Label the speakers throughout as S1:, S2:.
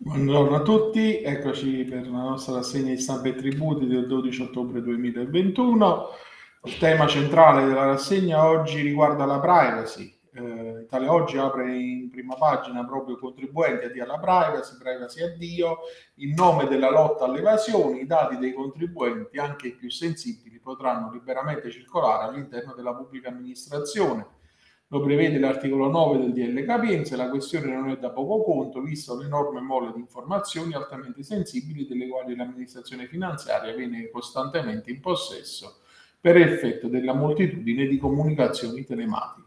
S1: Buongiorno a tutti, eccoci per la nostra rassegna di stampa e tributi del 12 ottobre 2021. Il tema centrale della rassegna oggi riguarda la privacy. Italia Oggi apre in prima pagina proprio contribuenti addio alla privacy, privacy addio, in nome della lotta all'evasione, i dati dei contribuenti, anche i più sensibili, potranno liberamente circolare all'interno della pubblica amministrazione. Lo prevede l'articolo 9 del DL Capienza e la questione non è da poco conto, visto l'enorme mole di informazioni altamente sensibili delle quali l'amministrazione finanziaria viene costantemente in possesso per effetto della moltitudine di comunicazioni telematiche.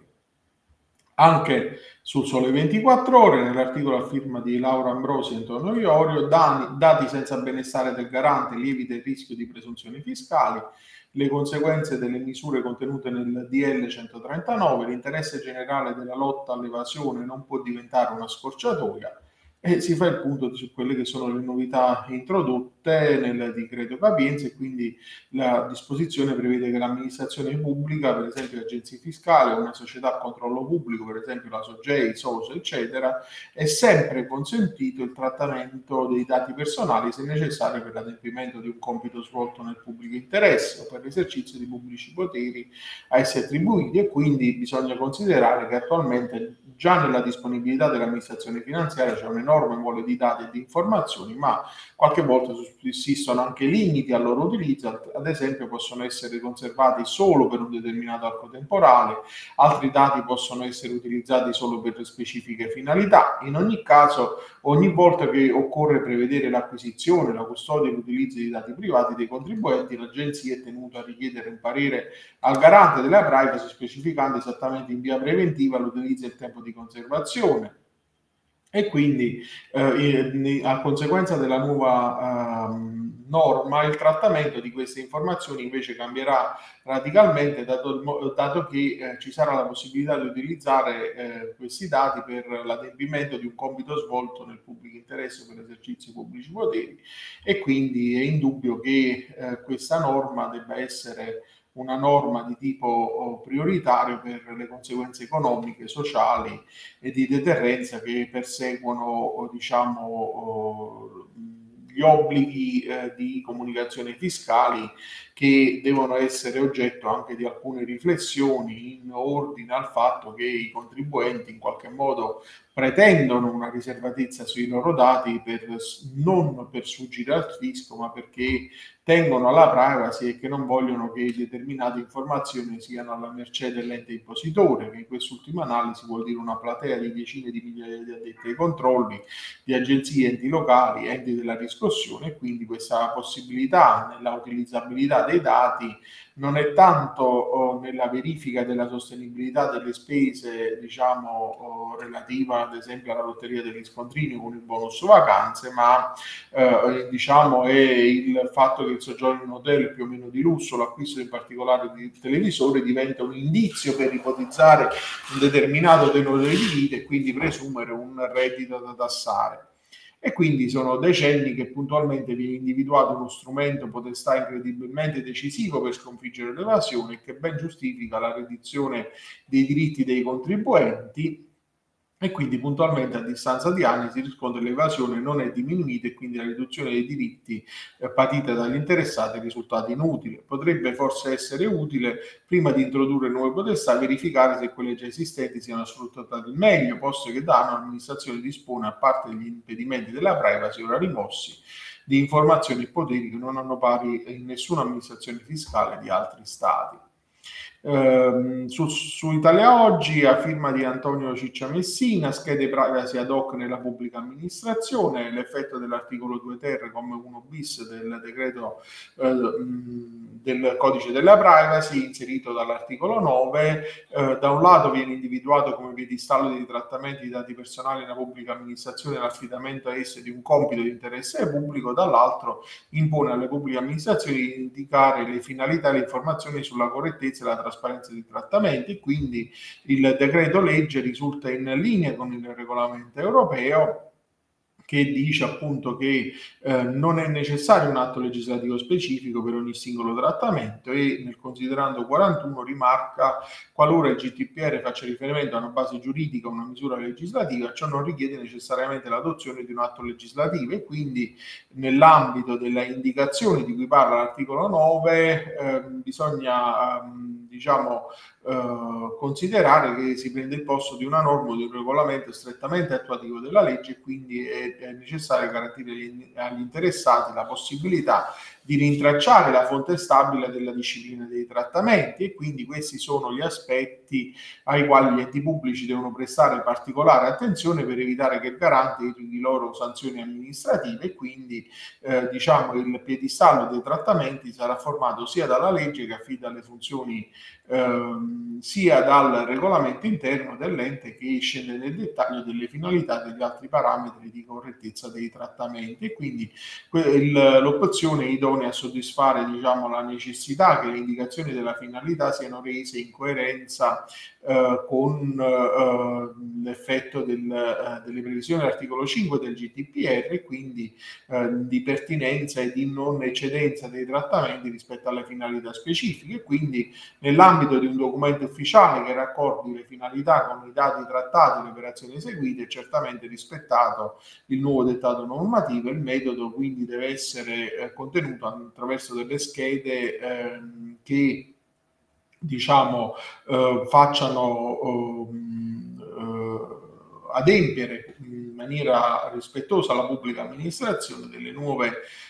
S1: Anche sul Sole 24 Ore, nell'articolo a firma di Laura Ambrosi e Antonio Iorio, dati senza benestare del garante lievita il rischio di presunzioni fiscali, le conseguenze delle misure contenute nel DL 139, l'interesse generale della lotta all'evasione non può diventare una scorciatoia, e si fa il punto su quelle che sono le novità introdotte nel decreto Capienza. E quindi la disposizione prevede che l'amministrazione pubblica, per esempio agenzie fiscali, una società a controllo pubblico, per esempio la SOGEI, SOSE, eccetera, è sempre consentito il trattamento dei dati personali se necessario per l'adempimento di un compito svolto nel pubblico interesse o per l'esercizio di pubblici poteri a essi attribuiti. E quindi bisogna considerare che attualmente già nella disponibilità dell'amministrazione finanziaria c'è un enorme mole di dati e di informazioni, ma qualche volta sussistono anche limiti al loro utilizzo. Ad esempio possono essere conservati solo per un determinato arco temporale, altri dati possono essere utilizzati solo per specifiche finalità. In ogni caso, ogni volta che occorre prevedere l'acquisizione, la custodia e l'utilizzo di dati privati dei contribuenti, l'agenzia è tenuta a richiedere un parere al garante della privacy, specificando esattamente in via preventiva l'utilizzo e il tempo di conservazione. E quindi a conseguenza della nuova norma, il trattamento di queste informazioni invece cambierà radicalmente, dato che ci sarà la possibilità di utilizzare questi dati per l'adempimento di un compito svolto nel pubblico interesse o per esercizio di pubblici poteri. E quindi è indubbio che questa norma debba essere una norma di tipo prioritario per le conseguenze economiche, sociali e di deterrenza che perseguono, diciamo, gli obblighi di comunicazione fiscali, che devono essere oggetto anche di alcune riflessioni in ordine al fatto che i contribuenti in qualche modo pretendono una riservatezza sui loro dati non per sfuggire al fisco, ma perché tengono alla privacy e che non vogliono che determinate informazioni siano alla mercé dell'ente impositore, che in quest'ultima analisi vuol dire una platea di decine di migliaia di addetti ai controlli, di agenzie, enti locali, enti della riscossione. E quindi questa possibilità nella utilizzabilità dei dati non è tanto nella verifica della sostenibilità delle spese, diciamo, relativa ad esempio alla lotteria degli scontrini con il bonus vacanze, ma diciamo è il fatto che il soggiorno in hotel più o meno di lusso, l'acquisto in particolare di televisori, diventa un indizio per ipotizzare un determinato tenore di vita e quindi presumere un reddito da tassare. E quindi sono decenni che puntualmente viene individuato uno strumento potestà incredibilmente decisivo per sconfiggere l'evasione e che ben giustifica la riduzione dei diritti dei contribuenti. E quindi puntualmente a distanza di anni si riscontra che l'evasione non è diminuita e quindi la riduzione dei diritti patita dagli interessati è risultata inutile. Potrebbe forse essere utile, prima di introdurre nuove potestà, verificare se quelle già esistenti siano sfruttate al meglio, posto che da anno l'amministrazione dispone, a parte gli impedimenti della privacy ora rimossi, di informazioni e poteri che non hanno pari in nessuna amministrazione fiscale di altri stati. Su Italia Oggi, a firma di Antonio Ciccia Messina, schede privacy ad hoc nella pubblica amministrazione, l'effetto dell'articolo 2 ter, come 1 bis del decreto del codice della privacy inserito dall'articolo 9. Da un lato viene individuato come piedistallo di trattamento di dati personali nella pubblica amministrazione l'affidamento a esse di un compito di interesse pubblico, dall'altro impone alle pubbliche amministrazioni di indicare le finalità e le informazioni sulla correttezza e la trasparenza dei trattamenti. Quindi il decreto legge risulta in linea con il regolamento europeo che dice appunto che non è necessario un atto legislativo specifico per ogni singolo trattamento, e nel considerando 41 rimarca: qualora il GDPR faccia riferimento a una base giuridica o una misura legislativa, ciò non richiede necessariamente l'adozione di un atto legislativo, e quindi nell'ambito delle indicazioni di cui parla l'articolo 9 bisogna considerare che si prende il posto di una norma o di un regolamento strettamente attuativo della legge, e quindi è necessario garantire agli interessati la possibilità di rintracciare la fonte stabile della disciplina dei trattamenti, e quindi questi sono gli aspetti ai quali gli enti pubblici devono prestare particolare attenzione per evitare che il garante irroghi loro sanzioni amministrative, e quindi il piedistallo dei trattamenti sarà formato sia dalla legge che affida le funzioni sia dal regolamento interno dell'ente, che scende nel dettaglio delle finalità e degli altri parametri di correttezza dei trattamenti, e quindi l'opzione è idonea a soddisfare la necessità che le indicazioni della finalità siano rese in coerenza con l'effetto delle previsioni dell'articolo 5 del GDPR, e quindi di pertinenza e di non eccedenza dei trattamenti rispetto alle finalità specifiche. Quindi nell'ambito di un documento ufficiale che raccordi le finalità con i dati trattati e le operazioni eseguite, è certamente rispettato il nuovo dettato normativo. Il metodo quindi deve essere contenuto attraverso delle schede che facciano adempiere in maniera rispettosa alla pubblica amministrazione delle nuove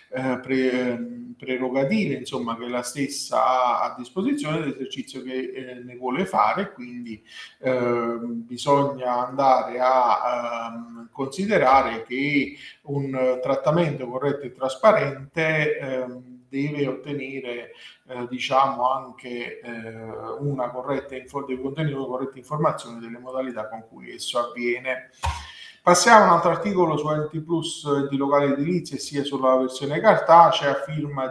S1: prerogative che la stessa ha a disposizione, dell'esercizio che ne vuole fare. Quindi bisogna andare a considerare che un trattamento corretto e trasparente deve ottenere anche una corretta deve contenere una corretta informazione delle modalità con cui esso avviene. Passiamo a un altro articolo su Enti Plus, enti locali edilizi, e sia sulla versione cartacea, a firma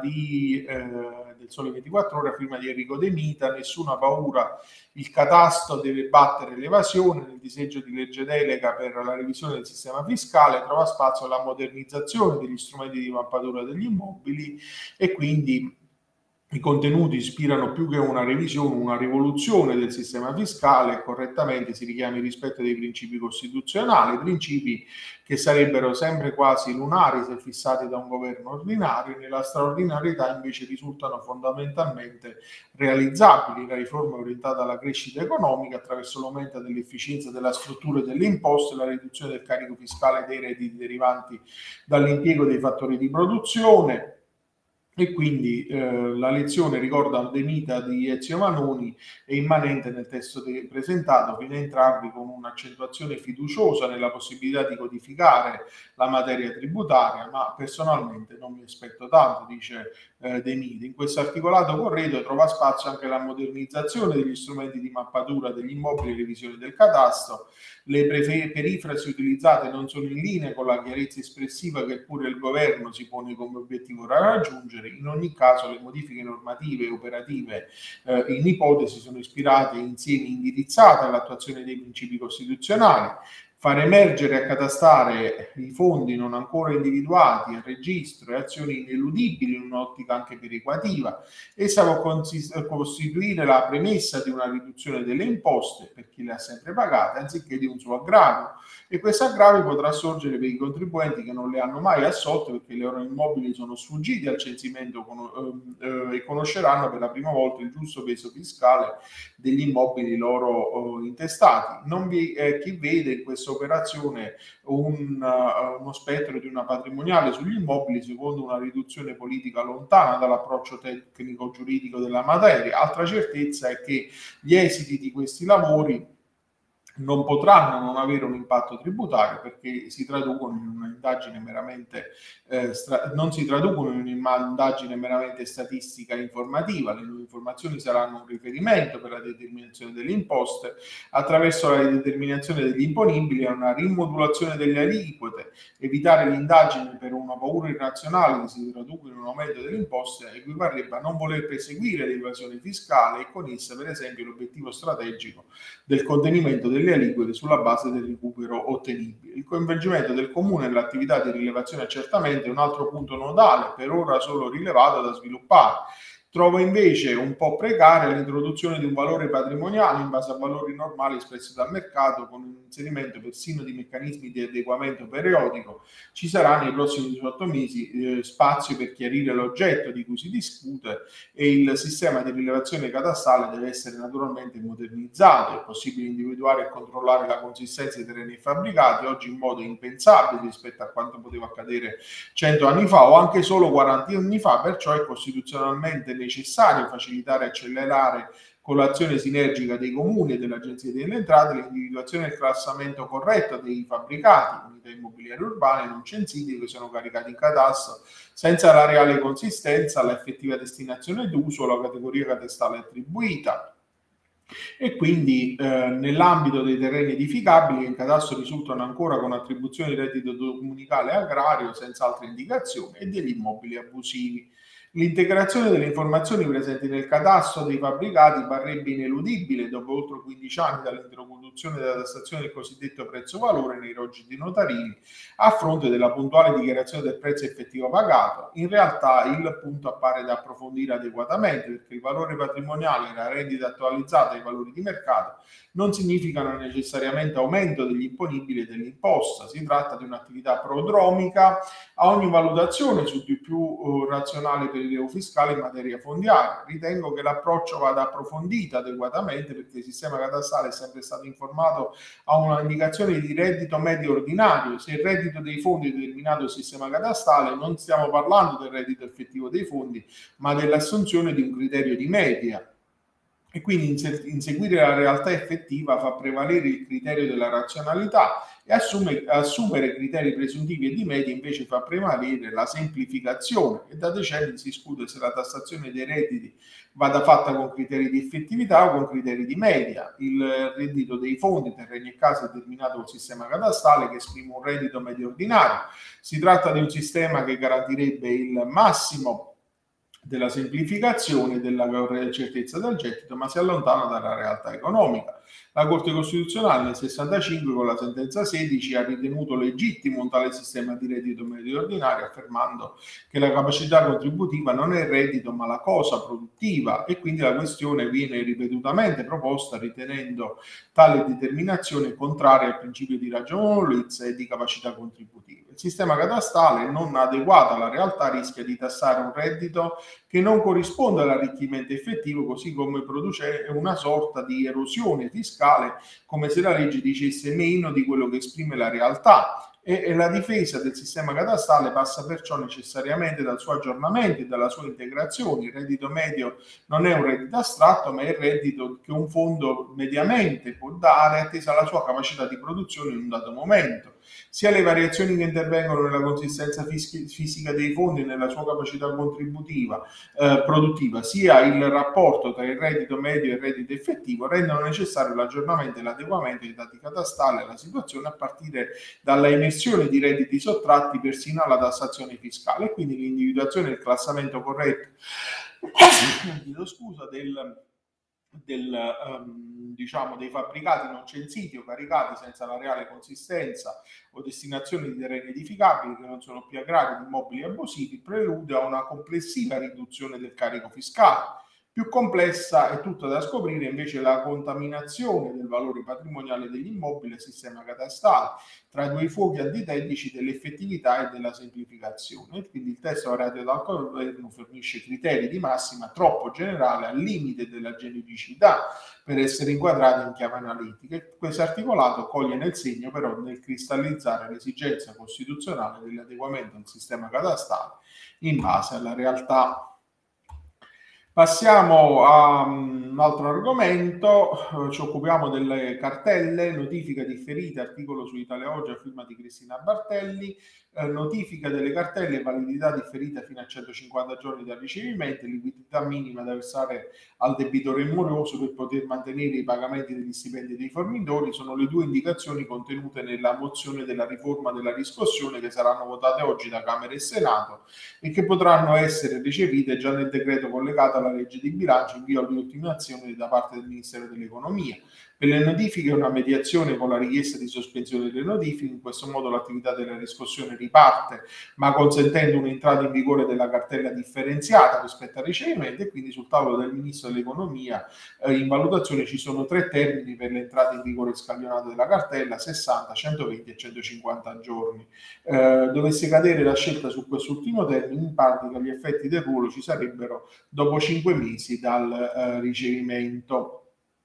S1: del Sole 24 Ore, a firma di Enrico De Mita. Nessuna paura, il catasto deve battere l'evasione. Nel disegno di legge delega per la revisione del sistema fiscale trova spazio la modernizzazione degli strumenti di mappatura degli immobili, e quindi i contenuti ispirano più che una revisione, una rivoluzione del sistema fiscale. Correttamente si richiama il rispetto dei principi costituzionali, principi che sarebbero sempre quasi lunari se fissati da un governo ordinario, e nella straordinarietà invece risultano fondamentalmente realizzabili. La riforma è orientata alla crescita economica attraverso l'aumento dell'efficienza della struttura delle imposte, la riduzione del carico fiscale dei redditi derivanti dall'impiego dei fattori di produzione. E quindi la lezione, ricorda De Mita, di Ezio Vanoni, è immanente nel testo presentato, fino a entrarvi con un'accentuazione fiduciosa nella possibilità di codificare la materia tributaria, ma personalmente non mi aspetto tanto, dice De Mita. In questo articolato corredo trova spazio anche la modernizzazione degli strumenti di mappatura degli immobili e revisione del catasto. Le perifrasi utilizzate non sono in linea con la chiarezza espressiva che pure il governo si pone come obiettivo da raggiungere. In ogni caso le modifiche normative e operative in ipotesi sono ispirate e insieme indirizzate all'attuazione dei principi costituzionali. Far emergere e accatastare i fondi non ancora individuati, il registro e azioni ineludibili in un'ottica anche perequativa. Essa può costituire la premessa di una riduzione delle imposte per chi le ha sempre pagate, anziché di un suo aggravio, e questo aggravio potrà sorgere per i contribuenti che non le hanno mai assolte perché i loro immobili sono sfuggiti al censimento e conosceranno per la prima volta il giusto peso fiscale degli immobili loro intestati. Non vi è chi vede in questa operazione uno spettro di una patrimoniale sugli immobili secondo una riduzione politica lontana dall'approccio tecnico giuridico della materia. Altra certezza è che gli esiti di questi lavori non potranno non avere un impatto tributario, perché si traducono in un'indagine meramente non si traducono in un'indagine meramente statistica e informativa. Le nuove informazioni saranno un riferimento per la determinazione delle imposte attraverso la determinazione degli imponibili e una rimodulazione delle aliquote. Evitare l'indagine per una paura irrazionale che si traduca in un aumento delle imposte equivarrebbe a non voler perseguire l'evasione fiscale e con essa per esempio l'obiettivo strategico del contenimento delle delle aliquote sulla base del recupero ottenibile. Il coinvolgimento del comune nell'attività di rilevazione e accertamento è un altro punto nodale, per ora solo rilevato da sviluppare. Trovo invece un po' precaria l'introduzione di un valore patrimoniale in base a valori normali espressi dal mercato, con un inserimento persino di meccanismi di adeguamento periodico. Ci sarà nei prossimi 18 mesi spazio per chiarire l'oggetto di cui si discute e il sistema di rilevazione catastale deve essere naturalmente modernizzato. È possibile individuare e controllare la consistenza dei terreni e fabbricati oggi in modo impensabile rispetto a quanto poteva accadere 100 anni fa o anche solo 40 anni fa, perciò è costituzionalmente necessario facilitare e accelerare con l'azione sinergica dei comuni e dell'Agenzia delle Entrate l'individuazione e il classamento corretto dei fabbricati, unità immobiliari urbane non censiti che sono caricati in catasto senza la reale consistenza, l'effettiva destinazione d'uso, la categoria catastale attribuita. E quindi nell'ambito dei terreni edificabili che in catasto risultano ancora con attribuzione di reddito comunicale agrario senza altre indicazioni e degli immobili abusivi. L'integrazione delle informazioni presenti nel catasto dei fabbricati parrebbe ineludibile dopo oltre 15 anni dall'introduzione della tassazione del cosiddetto prezzo valore nei regolamenti notarili a fronte della puntuale dichiarazione del prezzo effettivo pagato. In realtà il punto appare da approfondire adeguatamente perché il valore patrimoniale e la rendita attualizzata ai valori di mercato non significano necessariamente aumento degli imponibili e dell'imposta. Si tratta di un'attività prodromica a ogni valutazione su di più razionale prelievo fiscale in materia fondiaria. Ritengo che l'approccio vada approfondito adeguatamente perché il sistema catastale è sempre stato informato a una indicazione di reddito medio ordinario. Se il reddito dei fondi è determinato dal sistema catastale, non stiamo parlando del reddito effettivo dei fondi, ma dell'assunzione di un criterio di media. E quindi inseguire la realtà effettiva fa prevalere il criterio della razionalità e assumere criteri presuntivi e di media invece fa prevalere la semplificazione. E da decenni si discute se la tassazione dei redditi vada fatta con criteri di effettività o con criteri di media. Il reddito dei fondi, terreni e case è determinato col sistema catastale che esprime un reddito medio ordinario. Si tratta di un sistema che garantirebbe il massimo della semplificazione e della certezza del gettito, ma si allontana dalla realtà economica. La Corte Costituzionale nel 65 con la sentenza 16 ha ritenuto legittimo un tale sistema di reddito medio ordinario, affermando che la capacità contributiva non è il reddito ma la cosa produttiva, e quindi la questione viene ripetutamente proposta ritenendo tale determinazione contraria al principio di ragionevolezza e di capacità contributiva. Il sistema catastale non adeguato alla realtà rischia di tassare un reddito che non corrisponde all'arricchimento effettivo, così come produce una sorta di erosione fiscale, come se la legge dicesse meno di quello che esprime la realtà. E la difesa del sistema catastale passa perciò necessariamente dal suo aggiornamento e dalla sua integrazione. Il reddito medio non è un reddito astratto, ma è il reddito che un fondo mediamente può dare attesa alla sua capacità di produzione in un dato momento. Sia le variazioni che intervengono nella consistenza fisica dei fondi e nella sua capacità contributiva produttiva, sia il rapporto tra il reddito medio e il reddito effettivo rendono necessario l'aggiornamento e l'adeguamento dei dati catastali alla situazione a partire dalla emersione di redditi sottratti persino alla tassazione fiscale, e quindi l'individuazione del classamento corretto diciamo dei fabbricati non censiti o caricati senza la reale consistenza o destinazione di terreni edificabili che non sono più agrari di immobili abusivi prelude a una complessiva riduzione del carico fiscale. Più complessa e tutta da scoprire invece la contaminazione del valore patrimoniale degli immobili e sistema catastale tra i due fuochi antitetici dell'effettività e della semplificazione. Quindi il testo varato dal governo fornisce criteri di massima troppo generale al limite della genericità per essere inquadrati in chiave analitica. Questo articolato coglie nel segno però nel cristallizzare l'esigenza costituzionale dell'adeguamento del sistema catastale in base alla realtà. Passiamo a un altro argomento, ci occupiamo delle cartelle, notifica differita, articolo su Italia Oggi a firma di Cristina Bartelli, notifica delle cartelle, validità differita fino a 150 giorni dal ricevimento, liquidità minima da versare al debitore moroso per poter mantenere i pagamenti degli stipendi dei fornitori, sono le due indicazioni contenute nella mozione della riforma della riscossione che saranno votate oggi da Camera e Senato e che potranno essere recepite già nel decreto collegato alla legge di bilancio in via di ultimazione da parte del Ministero dell'Economia. per le notifiche una mediazione con la richiesta di sospensione delle notifiche. In questo modo l'attività della riscossione riparte, ma consentendo un'entrata in vigore della cartella differenziata rispetto al ricevimento. E quindi sul tavolo del Ministro dell'Economia in valutazione ci sono 3 termini per l'entrata in vigore scaglionata della cartella: 60, 120 e 150 giorni. Dovesse cadere la scelta su quest'ultimo termine, in pratica gli effetti del ruolo ci sarebbero dopo 5 mesi dal ricevimento.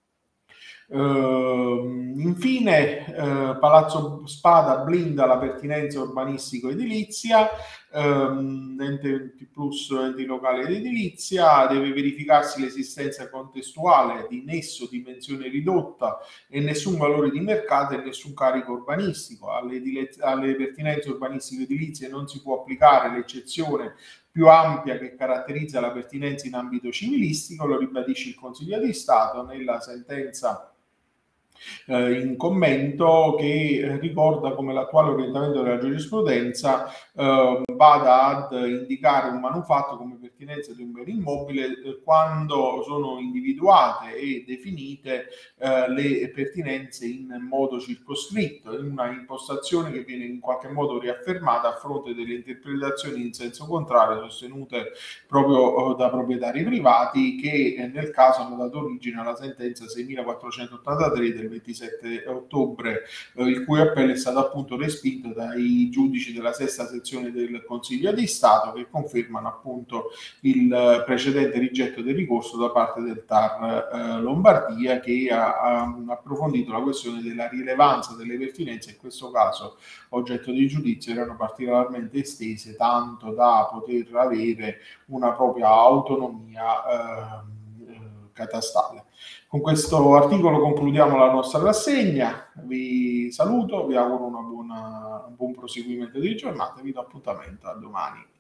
S1: Infine, Palazzo Spada blinda la pertinenza urbanistico-edilizia, ente plus enti locali ed edilizia, deve verificarsi l'esistenza contestuale di nesso dimensione ridotta e nessun valore di mercato e nessun carico urbanistico. Alle pertinenze urbanistico-edilizie non si può applicare l'eccezione più ampia che caratterizza la pertinenza in ambito civilistico, lo ribadisce il Consiglio di Stato nella sentenza in commento, che ricorda come l'attuale orientamento della giurisprudenza vada ad indicare un manufatto come pertinenza di un bene immobile quando sono individuate e definite le pertinenze in modo circoscritto, in una impostazione che viene in qualche modo riaffermata a fronte delle interpretazioni in senso contrario sostenute proprio da proprietari privati, che nel caso hanno dato origine alla sentenza 6483 del 27 ottobre, il cui appello è stato appunto respinto dai giudici della sesta sezione del Consiglio di Stato, che confermano appunto il precedente rigetto del ricorso da parte del TAR Lombardia, che ha approfondito la questione della rilevanza delle pertinenze, in questo caso oggetto di giudizio, erano particolarmente estese, tanto da poter avere una propria autonomia catastale. Con questo articolo concludiamo la nostra rassegna, vi saluto, vi auguro un buon proseguimento di giornata e vi do appuntamento a domani.